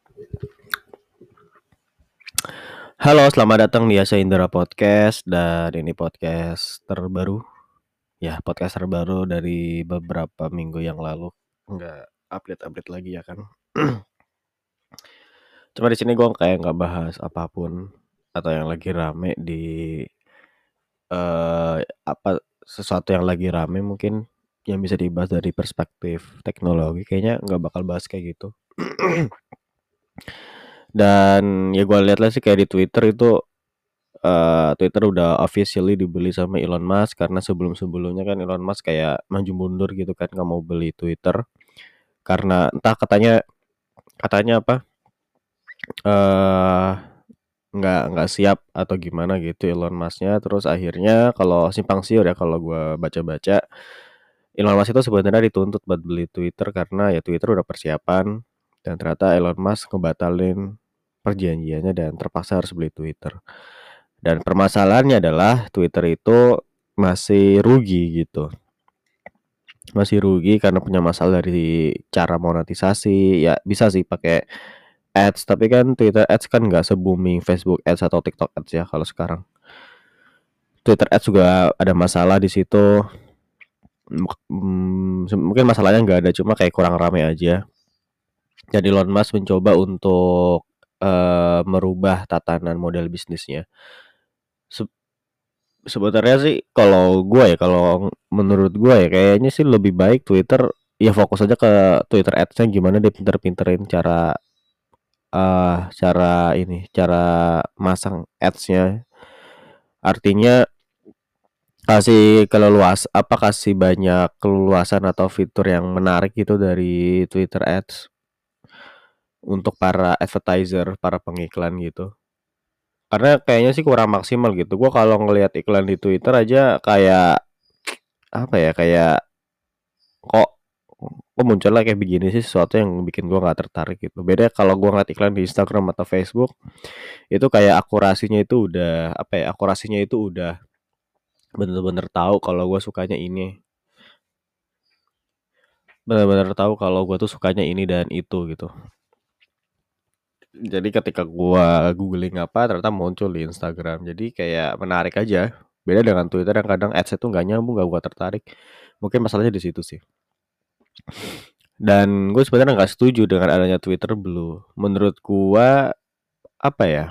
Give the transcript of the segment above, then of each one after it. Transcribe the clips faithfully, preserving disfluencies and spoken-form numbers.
Halo, selamat datang di Asa Indra Podcast dan ini podcast terbaru. Ya, podcast terbaru dari beberapa minggu yang lalu. Nggak update-update lagi ya kan. Cuma di sini gue kayak nggak bahas apapun atau yang lagi rame di eh apa sesuatu yang lagi rame mungkin yang bisa dibahas dari perspektif teknologi. Kayaknya nggak bakal bahas kayak gitu. Dan ya gue lihat lah sih kayak di Twitter itu uh, Twitter udah officially dibeli sama Elon Musk karena sebelum-sebelumnya kan Elon Musk kayak maju mundur gitu kan nggak mau beli Twitter karena entah katanya katanya apa eh nggak nggak siap atau gimana gitu Elon Musknya. Terus akhirnya kalau simpang siur ya kalau gue baca-baca, Elon Musk itu sebenarnya dituntut buat beli Twitter karena ya Twitter udah persiapan dan ternyata Elon Musk ngebatalin perjanjiannya dan terpaksa harus beli Twitter. Dan permasalahannya adalah Twitter itu masih rugi gitu. Masih rugi karena punya masalah dari cara monetisasi. Ya bisa sih pakai ads, tapi kan Twitter ads kan nggak se-booming Facebook ads atau TikTok ads ya kalau sekarang. Twitter ads juga ada masalah di situ. Hmm, mungkin masalahnya nggak ada, cuma kayak kurang rame aja. Jadi Elon Musk mencoba untuk uh, merubah tatanan model bisnisnya. Se- Sebenarnya sih kalau gue ya, kalau menurut gue ya kayaknya sih lebih baik Twitter ya fokus aja ke Twitter ads-nya, gimana dia pinter-pinterin cara uh, cara ini cara masang ads-nya. Artinya kasih keleluas apa kasih banyak keleluasan atau fitur yang menarik gitu dari Twitter ads untuk para advertiser, para pengiklan gitu. Karena kayaknya sih kurang maksimal gitu. Gua kalau ngelihat iklan di Twitter aja kayak apa ya, kayak kok kok munculnya kayak begini sih, sesuatu yang bikin gua nggak tertarik gitu. Beda kalau gua ngeliat iklan di Instagram atau Facebook, itu kayak akurasinya itu udah apa ya, akurasinya itu udah bener-bener tahu kalau gua sukanya ini, bener-bener tahu kalau gua tuh sukanya ini dan itu gitu. Jadi ketika gua googling apa ternyata muncul di Instagram. Jadi kayak menarik aja. Beda dengan Twitter yang kadang ads itu nggak nyambung, nggak gua tertarik. Mungkin masalahnya di situ sih. Dan gue sebenarnya nggak setuju dengan adanya Twitter Blue. Menurut gua apa ya?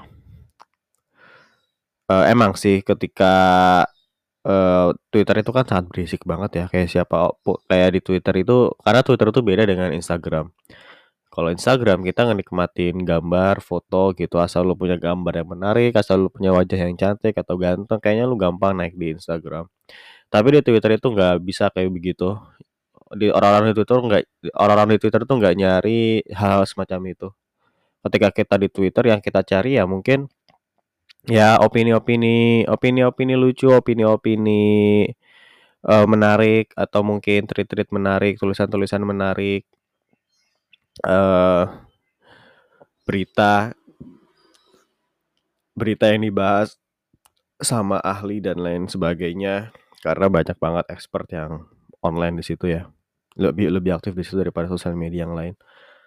Eh, emang sih ketika eh, Twitter itu kan sangat berisik banget ya. Kayak siapa pu- kayak di Twitter itu, karena Twitter itu beda dengan Instagram. Kalau Instagram kita ngenikmatin gambar, foto gitu, asal lu punya gambar yang menarik, asal lu punya wajah yang cantik atau ganteng, kayaknya lu gampang naik di Instagram. Tapi di Twitter itu nggak bisa kayak begitu. Di orang-orang di Twitter nggak orang-orang di Twitter tuh nggak nyari hal semacam itu. Ketika kita di Twitter yang kita cari ya mungkin ya opini-opini, opini-opini lucu, opini-opini eh, menarik atau mungkin tweet-tweet menarik, tulisan-tulisan menarik, eh berita berita yang dibahas sama ahli dan lain sebagainya, karena banyak banget expert yang online di situ ya, lebih lebih aktif di situ daripada sosial media yang lain.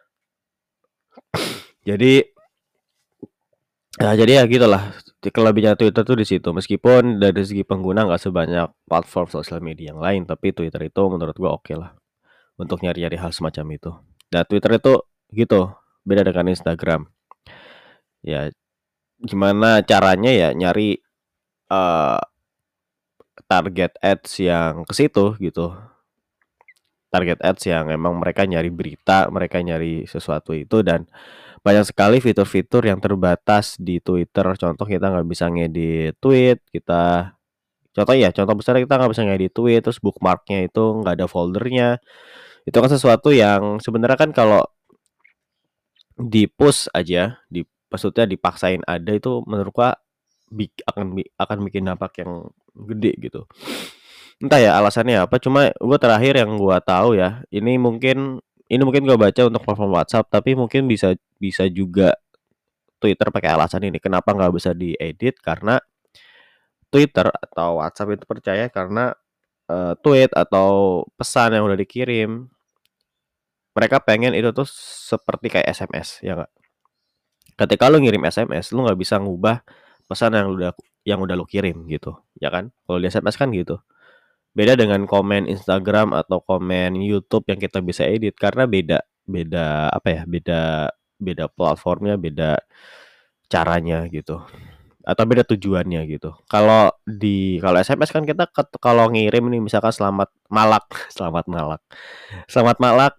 Jadi ya jadi ya gitulah, kelebihannya Twitter tuh di situ, meskipun dari segi pengguna nggak sebanyak platform sosial media yang lain, tapi Twitter itu menurut gua oke lah untuk nyari-nyari hal semacam itu. Nah Twitter itu gitu, beda dengan Instagram. Ya gimana caranya ya nyari eh, target ads yang ke situ gitu. Target ads yang emang mereka nyari berita, mereka nyari sesuatu itu, dan banyak sekali fitur-fitur yang terbatas di Twitter. Contoh kita nggak bisa ngedit tweet, kita contoh ya, contoh besar kita nggak bisa ngedit tweet, terus bookmarknya itu nggak ada foldernya. Itu kan sesuatu yang sebenarnya kan kalau di push aja, di maksudnya dipaksain ada itu menurut gua bik- akan bi- akan bikin dampak yang gede gitu. Entah ya alasannya apa, cuma gue terakhir yang gue tahu ya, ini mungkin ini mungkin gue baca untuk platform WhatsApp, tapi mungkin bisa bisa juga Twitter pakai alasan ini. Kenapa nggak bisa diedit? Karena Twitter atau WhatsApp itu percaya karena eh, tweet atau pesan yang udah dikirim, mereka pengen itu tuh seperti kayak S M S ya nggak? Ketika lu ngirim S M S, lu nggak bisa ngubah pesan yang udah yang udah lu kirim gitu, ya kan? Kalau di S M S kan gitu. Beda dengan komen Instagram atau komen YouTube yang kita bisa edit karena beda beda apa ya? Beda beda platformnya, beda caranya gitu. Atau beda tujuannya gitu. Kalau di kalau S M S kan kita ket, kalau ngirim nih misalkan selamat malak, selamat malak. Selamat malak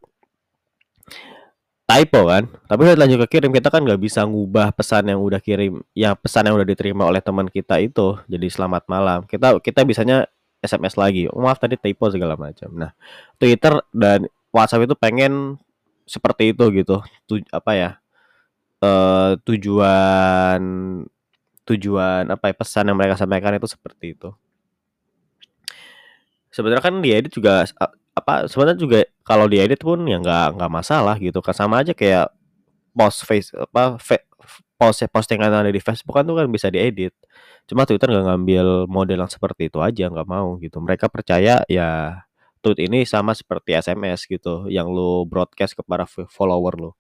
typo kan, tapi udah lanjut ke kirim kita kan nggak bisa ngubah pesan yang udah kirim, ya pesan yang udah diterima oleh teman kita itu jadi selamat malam. Kita kita bisanya S M S lagi. Oh, maaf tadi typo segala macam. Nah, Twitter dan WhatsApp itu pengen seperti itu gitu. Tu, apa ya? Eh, tujuan tujuan apa ya, pesan yang mereka sampaikan itu seperti itu. Sebenarnya kan diedit juga apa sebenarnya juga kalau diedit pun ya nggak nggak masalah gitu kan, sama aja kayak post face apa fe, post postingan yang ada di Facebook kan tuh kan bisa diedit. Cuma Twitter nggak ngambil model yang seperti itu aja, nggak mau gitu. Mereka percaya ya tweet ini sama seperti S M S gitu, yang lu broadcast kepada follower lu.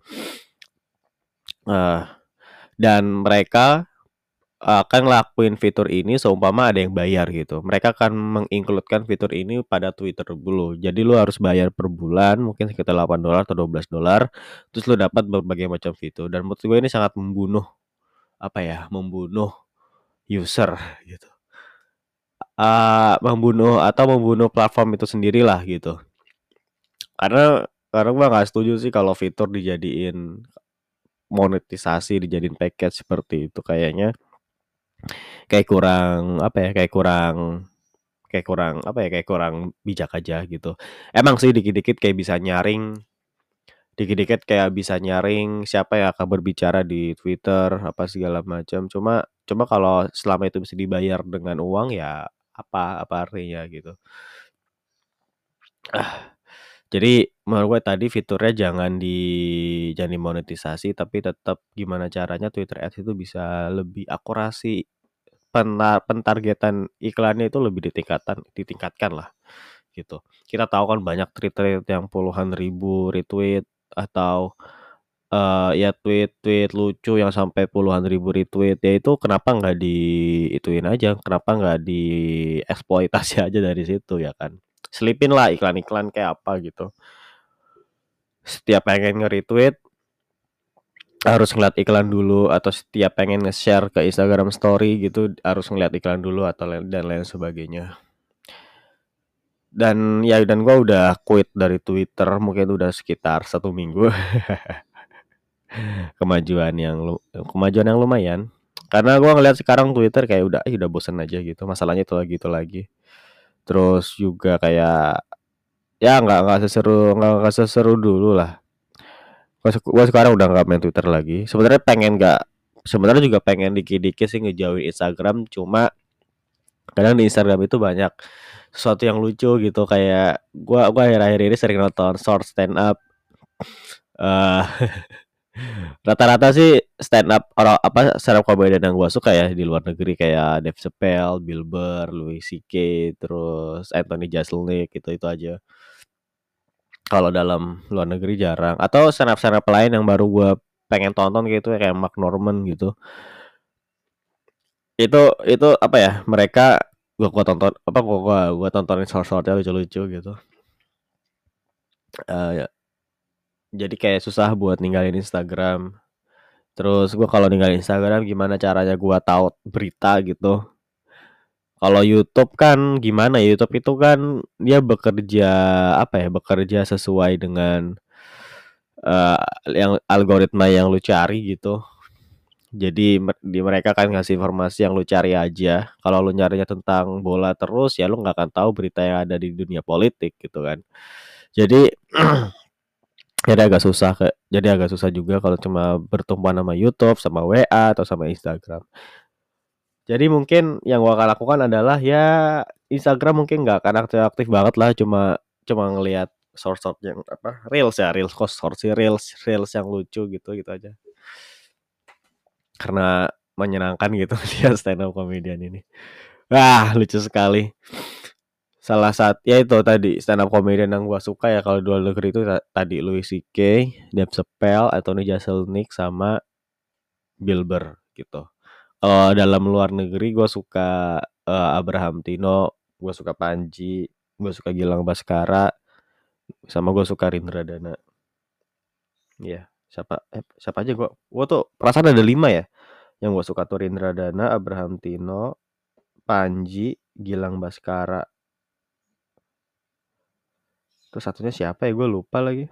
Uh, dan mereka akan ngelakuin fitur ini seumpama ada yang bayar gitu. Mereka akan mengincludekan fitur ini pada Twitter dulu. Jadi lu harus bayar per bulan, mungkin sekitar delapan dolar atau dua belas dolar. Terus lu dapat berbagai macam fitur. Dan menurut gue ini sangat membunuh apa ya? Membunuh user gitu. Uh, membunuh atau membunuh platform itu sendirilah gitu. Karena karena gue nggak setuju sih kalau fitur dijadiin monetisasi, dijadiin package seperti itu, kayaknya kayak kurang apa ya, kayak kurang kayak kurang apa ya, kayak kurang bijak aja gitu. Emang sih dikit-dikit kayak bisa nyaring, dikit-dikit kayak bisa nyaring siapa yang akan berbicara di Twitter apa segala macam. Cuma cuma kalau selama itu bisa dibayar dengan uang ya apa apa artinya gitu. Ah, jadi menurut gue tadi fiturnya jangan di jangan dimonetisasi, tapi tetap gimana caranya Twitter Ads itu bisa lebih akurasi, Pentar, pentargetan iklannya itu lebih ditingkatkan, ditingkatkan lah gitu. Kita tahu kan banyak tweet-tweet yang puluhan ribu retweet atau uh, ya tweet-tweet lucu yang sampai puluhan ribu retweet, ya itu kenapa nggak di ituin aja, kenapa nggak dieksploitasi aja dari situ ya kan. Selipin lah iklan-iklan kayak apa gitu. Setiap pengen nge-retweet harus ngeliat iklan dulu, atau setiap pengen nge-share ke Instagram story gitu harus ngeliat iklan dulu atau dan lain sebagainya. Dan ya dan gue udah quit dari Twitter mungkin udah sekitar satu minggu. kemajuan yang kemajuan yang lumayan, karena gue ngeliat sekarang Twitter kayak udah udah bosen aja gitu, masalahnya itu lagi itu lagi. Terus juga kayak ya nggak nggak seseru nggak seseru dulu lah. Gue sekarang udah nggak main Twitter lagi. Sebenarnya pengen nggak, sebenarnya juga pengen dikit-dikit sih ngejauhin Instagram. Cuma kadang di Instagram itu banyak sesuatu yang lucu gitu. Kayak gue gue akhir-akhir ini sering nonton short stand up. Uh, rata-rata sih stand up orang apa stand up comedian yang gue suka ya di luar negeri kayak Dave Chappelle, Bill Burr, Louis C K, terus Anthony Jeselnik, gitu itu aja. Kalau dalam luar negeri jarang. Atau stand up stand up lain yang baru gue pengen tonton gitu ya, kayak Mark Norman gitu. Itu itu apa ya? Mereka gua gua tonton apa gua gua, gua tontonin short-shortnya lucu-lucu gitu. Uh, ya. Jadi kayak susah buat ninggalin Instagram. Terus gua kalau ninggalin Instagram gimana caranya gua tahu berita gitu. Kalau YouTube kan gimana ya? YouTube itu kan dia bekerja apa ya? Bekerja sesuai dengan uh, yang algoritma yang lu cari gitu. Jadi di mereka kan ngasih informasi yang lu cari aja. Kalau lu nyarinya tentang bola terus ya lu nggak akan tahu berita yang ada di dunia politik gitu kan. Jadi jadi agak susah kayak jadi agak susah juga kalau cuma bertumbuhan sama YouTube, sama W A atau sama Instagram. Jadi mungkin yang gua akan lakukan adalah ya Instagram mungkin nggak akan aktif-aktif banget lah, cuma cuma ngelihat short-short yang apa reels ya reels kok short sih reels reels yang lucu gitu gitu aja. Karena menyenangkan gitu lihat stand up comedian ini. Wah, lucu sekali. Salah satu ya itu tadi stand up comedian yang gua suka ya kalau di luar negeri itu tadi Louis C K, Dave Chappelle, Anthony Jeselnik sama Bill Burr gitu. Kalau dalam luar negeri gue suka uh, Abraham Tino, gue suka Panji, gue suka Gilang Baskara, sama gue suka Rindra Dana. Iya, siapa eh, siapa aja gue. Gue tuh perasaan ada lima ya. Yang gue suka tuh Rindra Dana, Abraham Tino, Panji, Gilang Baskara. Terus satunya siapa ya? Gue lupa lagi.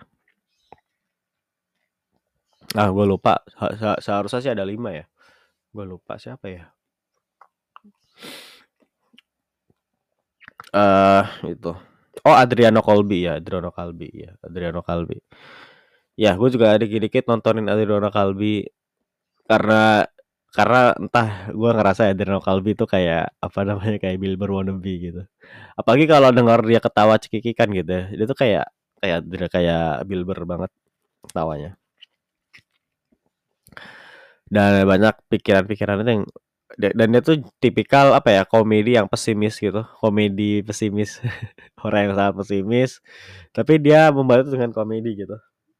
Ah, gue lupa. Se- se- Seharusnya sih ada lima ya. Gue lupa siapa ya. Eh uh, itu. Oh, Adriano Colby ya, Adriano Colby ya, Adriano Colby. Ya, gue juga dikit-dikit nontonin Adriano Colby karena karena entah gue ngerasa Adriano Colby itu kayak apa namanya kayak Bill Burr wannabe gitu. Apalagi kalau dengar dia ketawa cekikikan gitu, ya, dia tuh kayak kayak kayak Bill Burr banget ketawanya. Dan banyak pikiran-pikiran itu yang dan dia tuh tipikal apa ya komedi yang pesimis gitu, komedi pesimis orang yang sangat pesimis, tapi dia membantu dengan komedi gitu.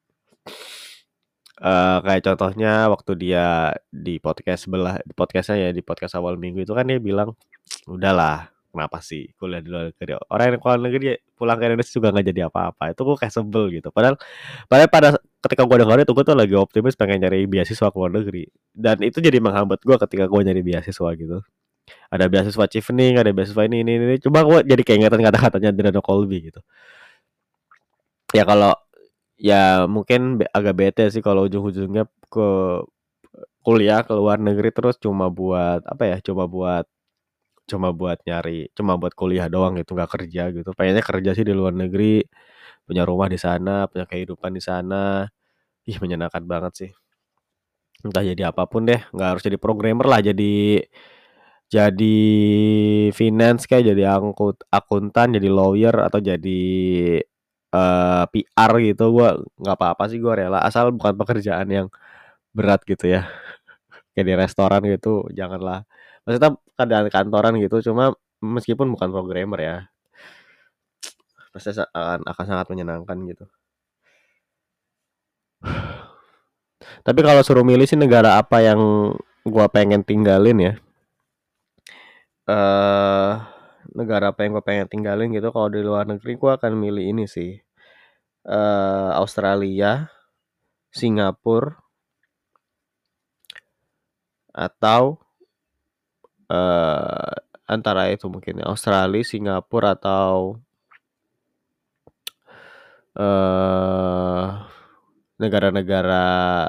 Uh, kayak contohnya waktu dia di podcast sebelah di podcastnya ya di podcast awal minggu itu kan dia bilang udahlah kenapa sih kuliah di luar negeri orang yang kuliah negeri pulang ke Indonesia juga nggak jadi apa-apa itu gue kayak sebel gitu padahal padahal pada ketika gue dengar itu gue tuh lagi optimis pengen nyari beasiswa ke luar negeri dan itu jadi menghambat gue ketika gue nyari beasiswa gitu ada beasiswa Chevening ada beasiswa ini ini ini coba gue jadi keingetan kata-katanya Drano Colby gitu ya kalau ya mungkin be- agak bete sih kalau ujung-ujungnya ke kuliah ke luar negeri terus cuma buat apa ya cuma buat cuma buat nyari cuma buat kuliah doang gitu nggak kerja gitu pengennya kerja sih di luar negeri punya rumah di sana punya kehidupan di sana ih menyenangkan banget sih entah jadi apapun deh nggak harus jadi programmer lah jadi jadi finance kayak jadi angkut akuntan jadi lawyer atau jadi uh, P R gitu gua nggak apa-apa sih gua rela asal bukan pekerjaan yang berat gitu ya kayak di restoran gitu janganlah maksudnya keadaan kantoran gitu cuma meskipun bukan programmer ya pasti akan akan sangat menyenangkan gitu tapi kalau suruh milih sih negara apa yang gua pengen tinggalin ya eh uh, negara apa yang gua pengen tinggalin gitu kalau di luar negeri gua akan milih ini sih uh, Australia Singapura atau uh, antara itu mungkin ya, Australia Singapura atau eh negara-negara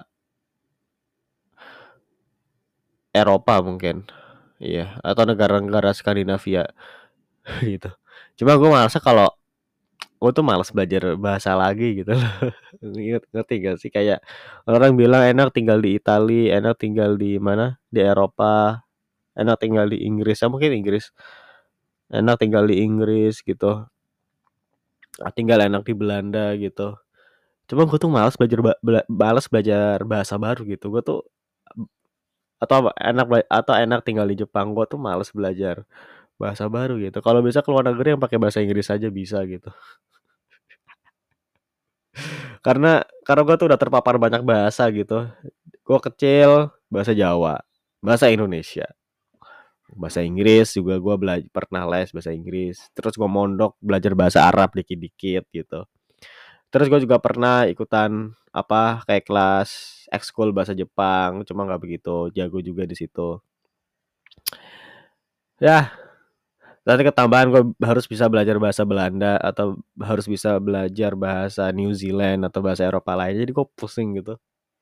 Eropa mungkin. Iya, atau negara-negara Skandinavia gitu. Cuma gue merasa kalau gue tuh malas belajar bahasa lagi gitu loh. Ngerti, ngerti gak sih kayak orang bilang enak tinggal di Italia, enak tinggal di mana? Di Eropa, enak tinggal di Inggris. Ya mungkin Inggris. Enak tinggal di Inggris gitu. Tinggal enak di Belanda gitu. Cuma gue tuh malas belajar ba- bela- malas belajar bahasa baru gitu. Gue tuh atau apa, enak atau enak tinggal di Jepang. Gue tuh malas belajar bahasa baru gitu. Kalau bisa keluar negeri yang pakai bahasa Inggris aja bisa gitu. Karena karena gue tuh udah terpapar banyak bahasa gitu. Gue kecil bahasa Jawa, bahasa Indonesia, bahasa Inggris juga gue belajar pernah les bahasa Inggris. Terus gue mondok belajar bahasa Arab dikit-dikit gitu. Terus gue juga pernah ikutan apa kayak kelas ekskul bahasa Jepang, cuma nggak begitu jago juga di situ. Ya, nanti ketambahan gue harus bisa belajar bahasa Belanda atau harus bisa belajar bahasa New Zealand atau bahasa Eropa lain. Jadi gue pusing gitu.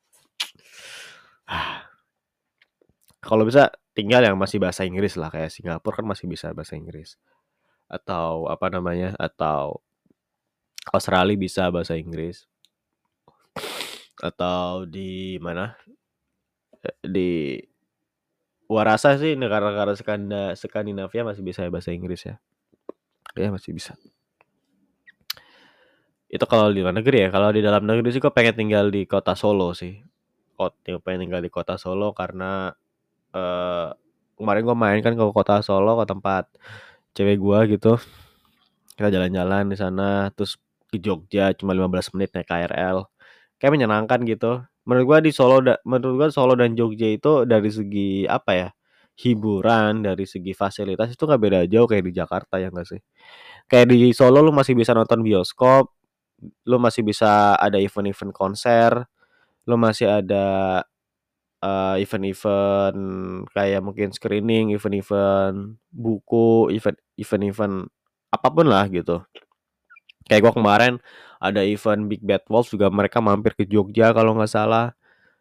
Kalau bisa tinggal yang masih bahasa Inggris lah kayak Singapura kan masih bisa bahasa Inggris. Atau apa namanya? Atau Australia bisa bahasa Inggris. Atau di mana? Di gua rasa sih negara-negara Skanda, Skandinavia masih bisa bahasa Inggris ya. Ya masih bisa. Itu kalau di luar negeri ya. Kalau di dalam negeri sih gue pengen tinggal di kota Solo sih. Kota pengen tinggal di kota Solo karena eh kemarin gue main kan ke kota Solo ke tempat cewek gue gitu. Kita jalan-jalan di sana terus ke Jogja cuma lima belas menit naik K R L. Kayak menyenangkan gitu. Menurut gua di Solo da menurut gua Solo dan Jogja itu dari segi apa ya, hiburan, dari segi fasilitas itu nggak beda jauh kayak di Jakarta ya nggak sih? Kayak di Solo lu masih bisa nonton bioskop, lu masih bisa ada event-event konser, lu masih ada uh, event-event kayak mungkin screening, event-event buku, event event-event apapun lah gitu. Kayak gua kemarin ada event Big Bad Wolf juga mereka mampir ke Jogja kalau nggak salah.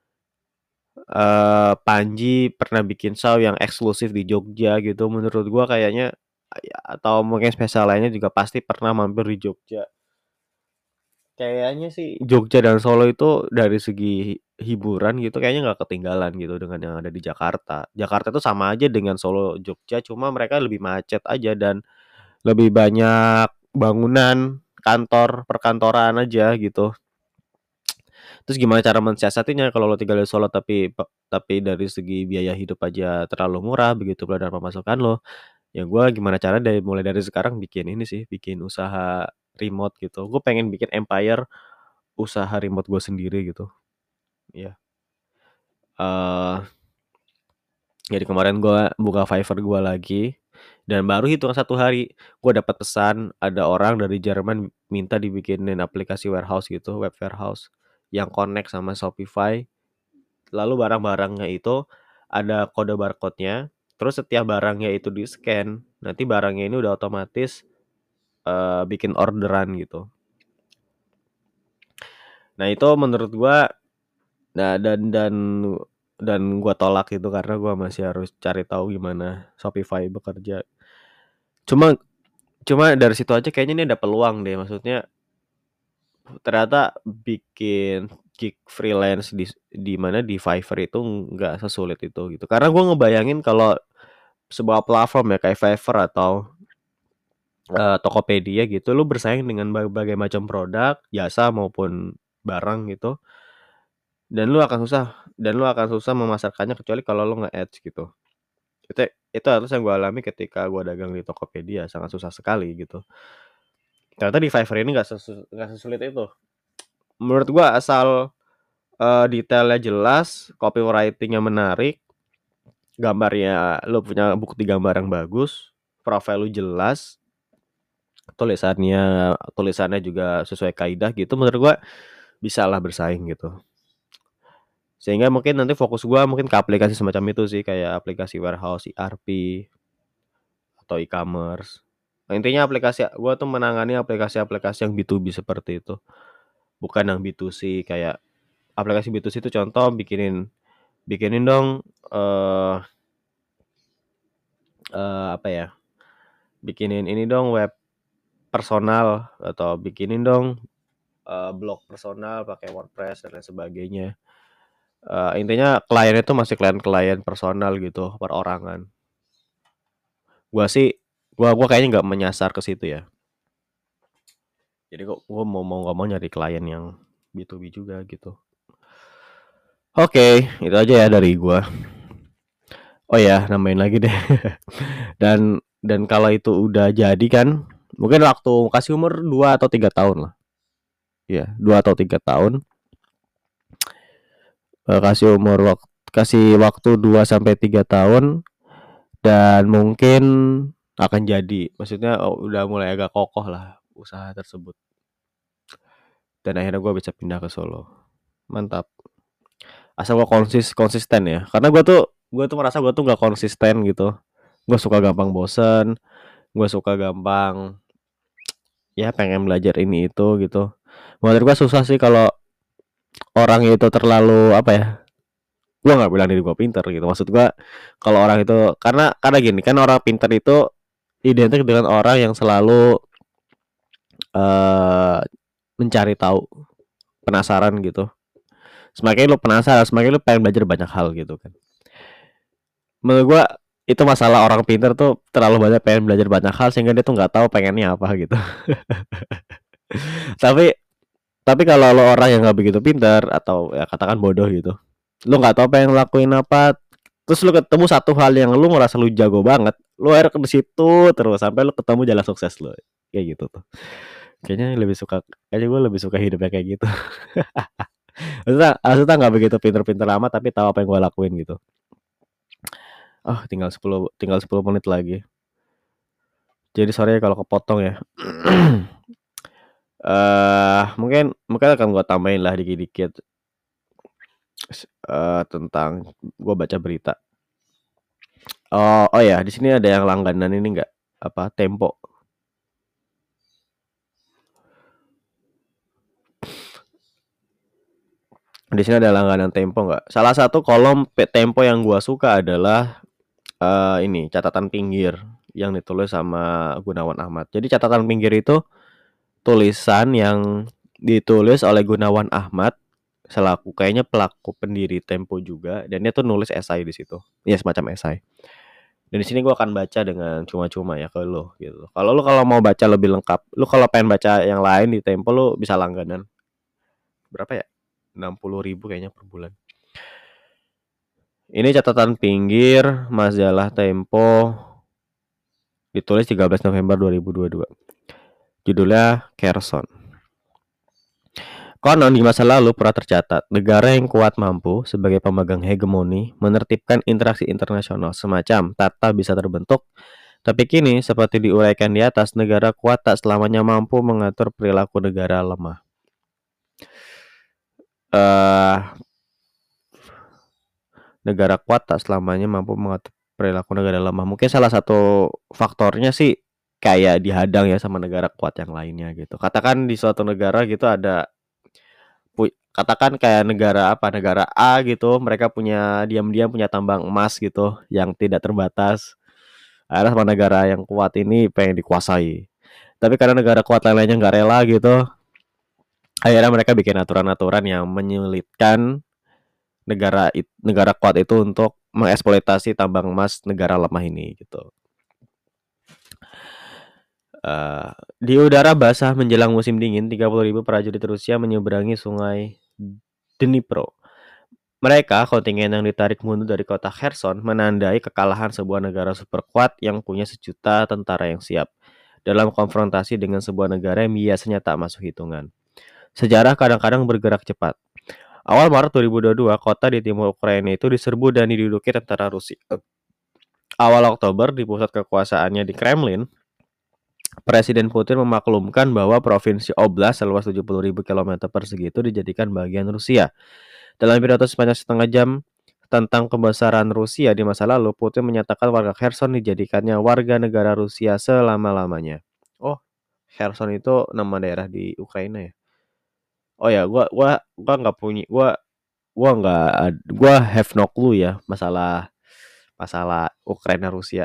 Uh, Panji pernah bikin show yang eksklusif di Jogja gitu. Menurut gua kayaknya ya, atau mungkin spesial lainnya juga pasti pernah mampir di Jogja. Kayaknya sih Jogja dan Solo itu dari segi hiburan gitu kayaknya nggak ketinggalan gitu dengan yang ada di Jakarta. Jakarta itu sama aja dengan Solo, Jogja, cuma mereka lebih macet aja dan lebih banyak bangunan, kantor, perkantoran aja gitu. Terus gimana cara mensiasatinya kalau lo tinggal di Solo tapi tapi dari segi biaya hidup aja terlalu murah begitu pula dengan pemasukan lo. Ya gue gimana cara dari mulai dari sekarang bikin ini sih, bikin usaha remote gitu. Gue pengen bikin empire usaha remote gue sendiri gitu. Ya. Uh, jadi kemarin gue buka Fiverr gue lagi dan baru hitung satu hari gue dapat pesan ada orang dari Jerman minta dibikinin aplikasi warehouse gitu, web warehouse yang connect sama Shopify. Lalu barang-barangnya itu ada kode barcode-nya. Terus setiap barangnya itu di-scan, nanti barangnya ini udah otomatis uh, bikin orderan gitu. Nah itu menurut gua, nah dan dan dan gua tolak itu karena gua masih harus cari tahu gimana Shopify bekerja. Cuma cuma dari situ aja kayaknya ini ada peluang deh, maksudnya ternyata bikin gig freelance di di mana di Fiverr itu nggak sesulit itu gitu. Karena gua ngebayangin kalau sebuah platform ya kayak Fiverr atau uh, Tokopedia gitu, lu bersaing dengan berbagai macam produk, jasa maupun barang gitu. Dan lu akan susah dan lu akan susah memasarkannya kecuali kalau lu nge-ads gitu. Itu itu harus yang gue alami ketika gue dagang di Tokopedia, sangat susah sekali gitu. Ternyata di Fiverr ini nggak sesu, nggak sesulit itu. Menurut gue asal uh, detailnya jelas, copywritingnya menarik, gambarnya lu punya bukti gambar yang bagus, profil lu jelas, tulisannya tulisannya juga sesuai kaidah gitu, menurut gue bisa lah bersaing gitu. Sehingga mungkin nanti fokus gue mungkin ke aplikasi semacam itu sih, kayak aplikasi warehouse, E R P atau e-commerce. Nah, intinya aplikasi gue tuh menangani aplikasi-aplikasi yang B to B seperti itu, bukan yang B to C. Kayak aplikasi B to C itu contoh bikinin bikinin dong uh, uh, apa ya, bikinin ini dong web personal atau bikinin dong uh, blog personal pakai WordPress dan lain sebagainya. Uh, intinya klien itu masih klien-klien personal gitu, perorangan. Gua sih, gua gua kayaknya nggak menyasar ke situ ya. Jadi kok gua mau mau nggak mau nyari klien yang B to B juga gitu. Oke, itu aja ya dari gua. Oh ya, nambahin lagi deh. dan dan kalau itu udah jadi kan, mungkin waktu kasih umur dua atau tiga tahun lah. Ya, dua atau tiga tahun. Kasih umur waktu kasih waktu dua sampai tiga tahun dan mungkin akan jadi. Maksudnya oh, udah mulai agak kokoh lah usaha tersebut. Dan akhirnya gue bisa pindah ke Solo. Mantap. Asal gue konsis konsisten ya. Karena gue tuh gue tuh merasa gue tuh gak konsisten gitu. Gue suka gampang bosen. Gue suka gampang ya pengen belajar ini itu gitu. Menurut gue susah sih kalau orang itu terlalu apa ya, gue nggak bilang diri gue pinter gitu, maksud gue kalau orang itu karena karena gini kan, orang pinter itu identik dengan orang yang selalu uh, mencari tahu, penasaran gitu. Semakin lu penasaran, semakin lu pengen belajar banyak hal gitu kan. Menurut gue itu masalah orang pinter tuh terlalu banyak pengen belajar banyak hal sehingga dia tuh nggak tahu pengennya apa gitu. tapi tapi kalau lo orang yang nggak begitu pinter atau ya katakan bodoh gitu, lu nggak tahu pengen ngelakuin apa, terus lu ketemu satu hal yang lu ngerasa lu jago banget, lu akhirnya ke situ terus sampai lu ketemu jalan sukses lu, kayak gitu tuh. Kayaknya lebih suka, kayaknya gue lebih suka hidupnya kayak gitu. Maksudnya, maksudnya nggak begitu pinter-pinter amat tapi tahu apa yang gue lakuin gitu. Oh, tinggal sepuluh tinggal sepuluh menit lagi. Jadi sorry kalau kepotong ya. Eh mungkin mungkin akan gue tambahin lah dikit-dikit uh, tentang gue baca berita. Oh, oh ya, di sini ada yang langganan ini nggak? Apa Tempo? Di sini ada langganan Tempo nggak? Salah satu kolom Tempo yang gue suka adalah uh, ini catatan pinggir yang ditulis sama Gunawan Ahmad. Jadi catatan pinggir itu tulisan yang ditulis oleh Gunawan Ahmad selaku kayaknya pelaku pendiri Tempo juga, dan dia tuh nulis esai di situ. Ya semacam esai. Dan di sini gue akan baca dengan cuma-cuma ya ke lo gitu. Kalau lo kalau mau baca lebih lengkap, lo kalau pengen baca yang lain di Tempo lo bisa langganan. Berapa ya? enam puluh ribu kayaknya per bulan. Ini catatan pinggir majalah Tempo, ditulis tiga belas November dua ribu dua puluh dua. Judulnya Kherson. Konon di masa lalu pernah tercatat, negara yang kuat mampu sebagai pemegang hegemoni menertibkan interaksi internasional semacam tata bisa terbentuk. Tapi kini, seperti diuraikan di atas, negara kuat tak selamanya mampu mengatur perilaku negara lemah. Uh, negara kuat tak selamanya mampu mengatur perilaku negara lemah. Mungkin salah satu faktornya sih kayak dihadang ya sama negara kuat yang lainnya gitu. Katakan di suatu negara gitu ada katakan kayak negara apa negara A gitu, mereka punya diam-diam punya tambang emas gitu yang tidak terbatas. Akhirnya sama negara yang kuat ini pengen dikuasai, tapi karena negara kuat lain-lainnya nggak rela gitu, akhirnya mereka bikin aturan-aturan yang menyulitkan negara negara kuat itu untuk mengeksploitasi tambang emas negara lemah ini gitu. Uh, di udara basah menjelang musim dingin, tiga puluh ribu prajurit Rusia menyeberangi sungai Dnipro. Mereka, kontingen yang ditarik mundur dari kota Kherson, menandai kekalahan sebuah negara super kuat yang punya sejuta tentara yang siap dalam konfrontasi dengan sebuah negara yang biasanya tak masuk hitungan. Sejarah kadang-kadang bergerak cepat. Awal Maret dua ribu dua puluh dua, kota di timur Ukraina itu diserbu dan diduduki tentara Rusia. Awal Oktober, di pusat kekuasaannya di Kremlin, Presiden Putin memaklumkan bahwa provinsi Oblast seluas tujuh puluh ribu kilometer persegi itu dijadikan bagian Rusia. Dalam pidato sepanjang setengah jam tentang kebesaran Rusia di masa lalu, Putin menyatakan warga Kherson dijadikannya warga negara Rusia selama-lamanya. Oh, Kherson itu nama daerah di Ukraina ya? Oh ya, gua gua gua nggak punya, gua gua nggak, gua have no clue ya masalah masalah Ukraina Rusia.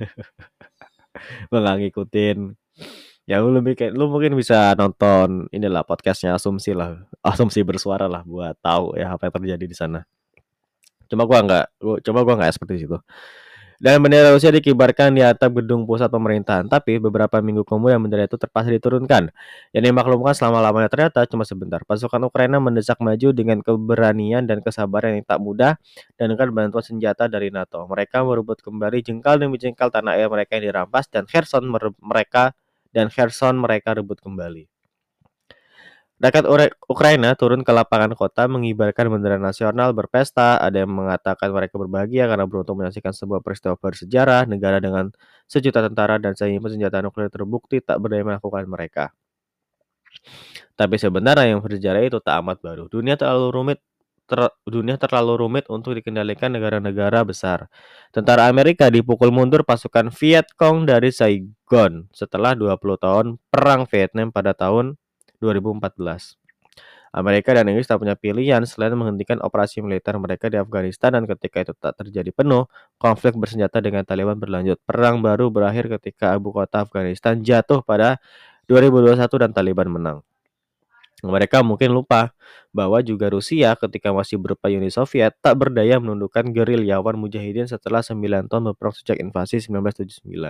Gua nggak ngikutin. Ya lu lebih kayak lu mungkin bisa nonton inilah podcastnya Asumsi lah, Asumsi Bersuara lah buat tahu ya apa yang terjadi di sana. Cuma gua nggak, gua, coba gua nggak seperti itu. Dan bendera Rusia dikibarkan di atap gedung pusat pemerintahan. Tapi beberapa minggu kemudian bendera itu terpaksa diturunkan. Yang dimaklumkan selama-lamanya ternyata cuma sebentar. Pasukan Ukraina mendesak maju dengan keberanian dan kesabaran yang tak mudah dan dengan bantuan senjata dari NATO. Mereka merebut kembali jengkal demi jengkal tanah air mereka yang dirampas dan Kherson mereka dan Kherson mereka rebut kembali. Rakyat Ukraina turun ke lapangan kota mengibarkan bendera nasional, berpesta. Ada yang mengatakan mereka berbahagia karena beruntung menyaksikan sebuah peristiwa bersejarah, negara dengan sejuta tentara dan sehingga senjata nuklir terbukti tak berdaya melakukan mereka. Tapi sebenarnya yang bersejarah itu tak amat baru. Dunia terlalu rumit ter, dunia terlalu rumit untuk dikendalikan negara-negara besar. Tentara Amerika dipukul mundur pasukan Viet Cong dari Saigon setelah dua puluh tahun perang Vietnam pada tahun dua ribu empat belas. Amerika dan Inggris tak punya pilihan selain menghentikan operasi militer mereka di Afghanistan, dan ketika itu tak terjadi penuh, konflik bersenjata dengan Taliban berlanjut. Perang baru berakhir ketika ibu kota Afghanistan jatuh pada dua ribu dua puluh satu dan Taliban menang. Mereka mungkin lupa bahwa juga Rusia ketika masih berupa Uni Soviet tak berdaya menundukkan gerilyawan mujahidin setelah sembilan tahun berperang sejak invasi seribu sembilan ratus tujuh puluh sembilan.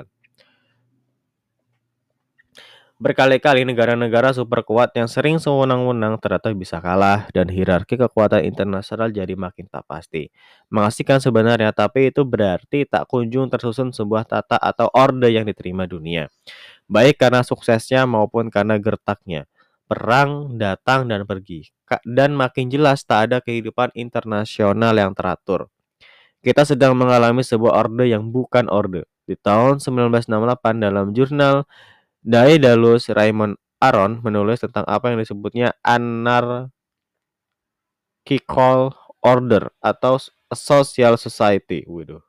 Berkali-kali negara-negara super kuat yang sering sewenang-wenang ternyata bisa kalah dan hierarki kekuatan internasional jadi makin tak pasti. Mengasihkan sebenarnya, tapi itu berarti tak kunjung tersusun sebuah tata atau orde yang diterima dunia. Baik karena suksesnya maupun karena gertaknya. perang datang dan pergi, dan makin jelas tak ada kehidupan internasional yang teratur. Kita sedang mengalami sebuah orde yang bukan orde. Di tahun sembilan belas enam puluh delapan dalam jurnal Daedalus, Raymond Aron menulis tentang apa yang disebutnya anarchical order atau social society. Waduh.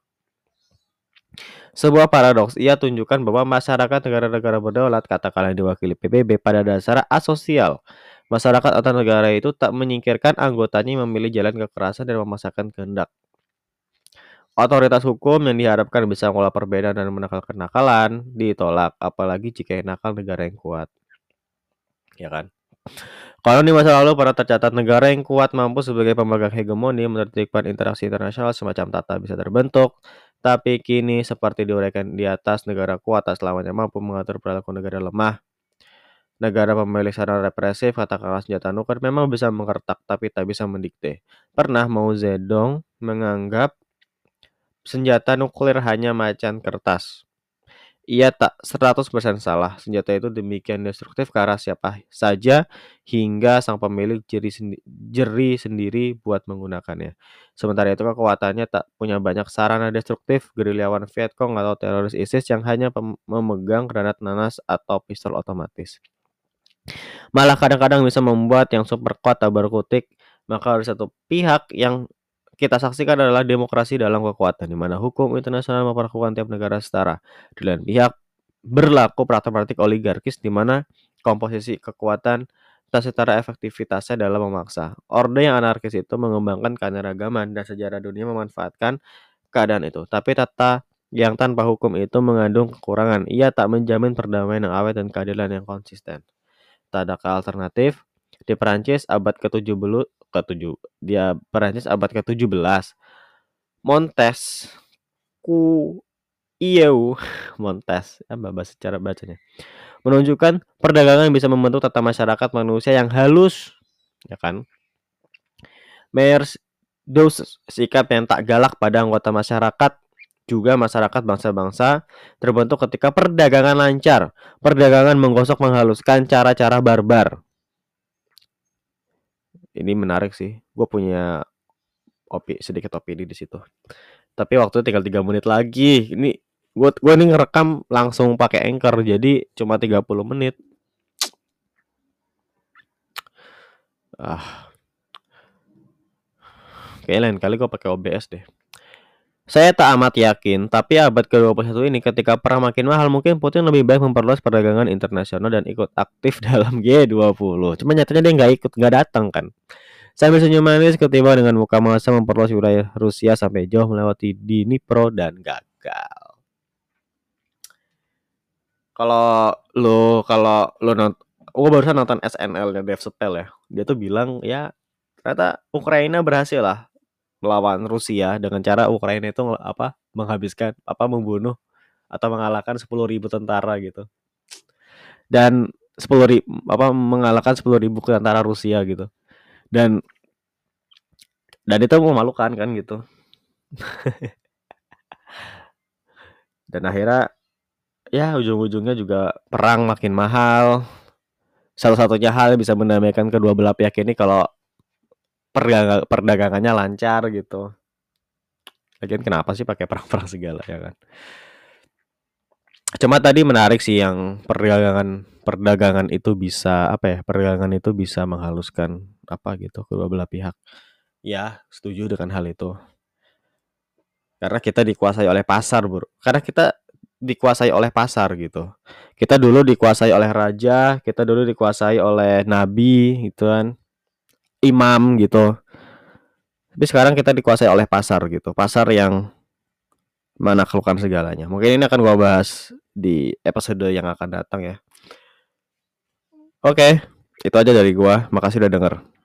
Sebuah paradoks, ia tunjukkan bahwa masyarakat negara-negara berdaulat, katakanlah diwakili P B B, pada dasarnya asosial. Masyarakat atau negara itu tak menyingkirkan anggotanya memilih jalan kekerasan dan memaksakan kehendak. Otoritas hukum yang diharapkan bisa mengolah perbedaan dan menangkal kenakalan ditolak, apalagi jika yang nakal negara yang kuat. Ya kan? Kalau di masa lalu pernah tercatat negara yang kuat mampu sebagai pemegang hegemoni menertibkan interaksi internasional, semacam tata bisa terbentuk. Tapi kini seperti diuraikan di atas, negara kuat tak selamanya mampu mengatur perilaku negara lemah. Negara pemilik sarana represif, katakanlah senjata nuklir, memang bisa menggertak tapi tak bisa mendikte. Pernah Mao Zedong menganggap senjata nuklir hanya macan kertas. Ia tak seratus persen salah. Senjata itu demikian destruktif ke arah siapa saja hingga sang pemilik jeri, sendi- jeri sendiri buat menggunakannya. Sementara itu kekuatannya tak punya banyak sarana destruktif, gerilyawan Vietcong atau teroris ISIS yang hanya memegang granat nanas atau pistol otomatis. Malah kadang-kadang bisa membuat yang super kuat tak berkutik. Maka dari satu pihak yang kita saksikan adalah demokrasi dalam kekuatan, di mana hukum internasional memperlakukan tiap negara setara. Di lain pihak, berlaku praktik-praktik oligarkis di mana komposisi kekuatan tak setara efektivitasnya dalam memaksa. Orde yang anarkis itu mengembangkan keanekaragaman dan sejarah dunia memanfaatkan keadaan itu. Tapi tata yang tanpa hukum itu mengandung kekurangan. Ia tak menjamin perdamaian yang awet dan keadilan yang konsisten. Tak ada alternatif. Di Perancis abad ke-tujuh belas ke-7 dia Perancis abad ke-tujuh belas, Montes ku Ieu Montes apa bahasa cara bacanya, menunjukkan perdagangan bisa membentuk tata masyarakat manusia yang halus, ya kan. Meyers dos sikap yang tak galak pada anggota masyarakat, juga masyarakat bangsa-bangsa terbentuk ketika perdagangan lancar. Perdagangan menggosok menghaluskan cara-cara barbar. Ini menarik sih. Gue punya opi sedikit opini di situ. Tapi waktu tinggal tiga menit lagi. Ini gue gue nih ngerekam langsung pakai Anchor, jadi cuma tiga puluh menit. Ah. Kayaknya lain kali gue pakai O B S deh. Saya tak amat yakin, tapi abad ke dua puluh satu ini ketika perang makin mahal, mungkin Putin lebih baik memperluas perdagangan internasional dan ikut aktif dalam G dua puluh. Cuma nyatanya dia nggak ikut, nggak datang kan. Sambil senyum manis ketimbang dengan muka masa memperluas wilayah Rusia sampai jauh melewati Dnipro dan gagal. Kalau lo kalau lo nonton, gue barusan nonton S N L-nya Dave Chappelle ya. Dia tuh bilang ya ternyata Ukraina berhasil lah melawan Rusia dengan cara Ukraina itu apa menghabiskan apa membunuh atau mengalahkan sepuluh ribu tentara gitu. Dan sepuluh ribu apa mengalahkan sepuluh ribu tentara Rusia gitu. Dan dan itu memalukan kan gitu. Dan akhirnya ya ujung-ujungnya juga perang makin mahal. Satu-satunya hal yang bisa mendamaikan kedua belah pihak ini kalau perdagangannya lancar gitu. Lagian kenapa sih pakai perang-perang segala ya kan? Cuma tadi menarik sih yang perdagangan perdagangan itu bisa apa ya? Perdagangan itu bisa menghaluskan apa gitu kedua belah pihak. Ya, setuju dengan hal itu. Karena kita dikuasai oleh pasar, Bro. Karena kita dikuasai oleh pasar gitu. Kita dulu dikuasai oleh raja, kita dulu dikuasai oleh nabi gitu kan. Imam gitu. Tapi sekarang kita dikuasai oleh pasar gitu. Pasar yang menaklukkan segalanya. Mungkin ini akan gua bahas di episode yang akan datang ya. Oke, itu aja dari gua. Makasih udah denger.